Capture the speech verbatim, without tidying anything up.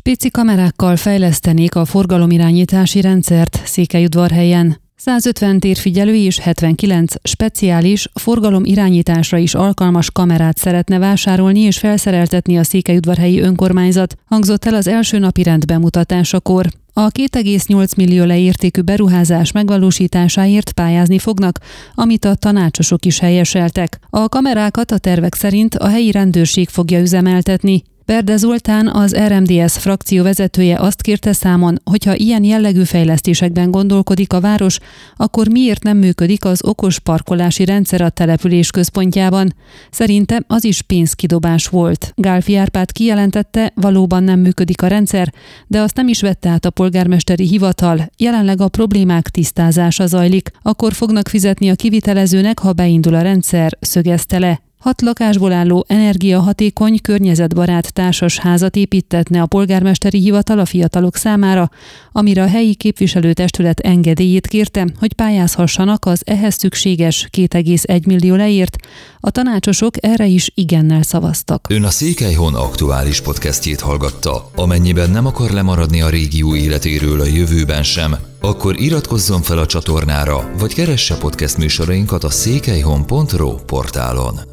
Spéci kamerákkal fejlesztenék a forgalomirányítási rendszert Székelyudvarhelyen. százötven térfigyelő és hetvenkilenc speciális forgalomirányításra is alkalmas kamerát szeretne vásárolni és felszereltetni a székelyudvarhelyi önkormányzat, hangzott el az első napi rend bemutatásakor. A két egész nyolc millió leértékű beruházás megvalósításáért pályázni fognak, amit a tanácsosok is helyeseltek. A kamerákat a tervek szerint a helyi rendőrség fogja üzemeltetni. Berde Zoltán, az er em dé es frakció vezetője azt kérte számon, hogyha ilyen jellegű fejlesztésekben gondolkodik a város, akkor miért nem működik az okos parkolási rendszer a település központjában? Szerinte az is pénzkidobás volt. Gálfi Árpád kijelentette, valóban nem működik a rendszer, de azt nem is vette át a polgármesteri hivatal, jelenleg a problémák tisztázása zajlik, akkor fognak fizetni a kivitelezőnek, ha beindul a rendszer, szögezte le. Hat lakásból álló energiahatékony, környezetbarát társasházat építtetne a polgármesteri hivatal a fiatalok számára, amire a helyi képviselőtestület engedélyét kérte, hogy pályázhassanak az ehhez szükséges két egész egy millió leért. A tanácsosok erre is igennel szavaztak. Ön a Székelyhon aktuális podcastjét hallgatta. Amennyiben nem akar lemaradni a régió életéről a jövőben sem, akkor iratkozzon fel a csatornára, vagy keresse podcast műsorainkat a székelyhon pont ro portálon.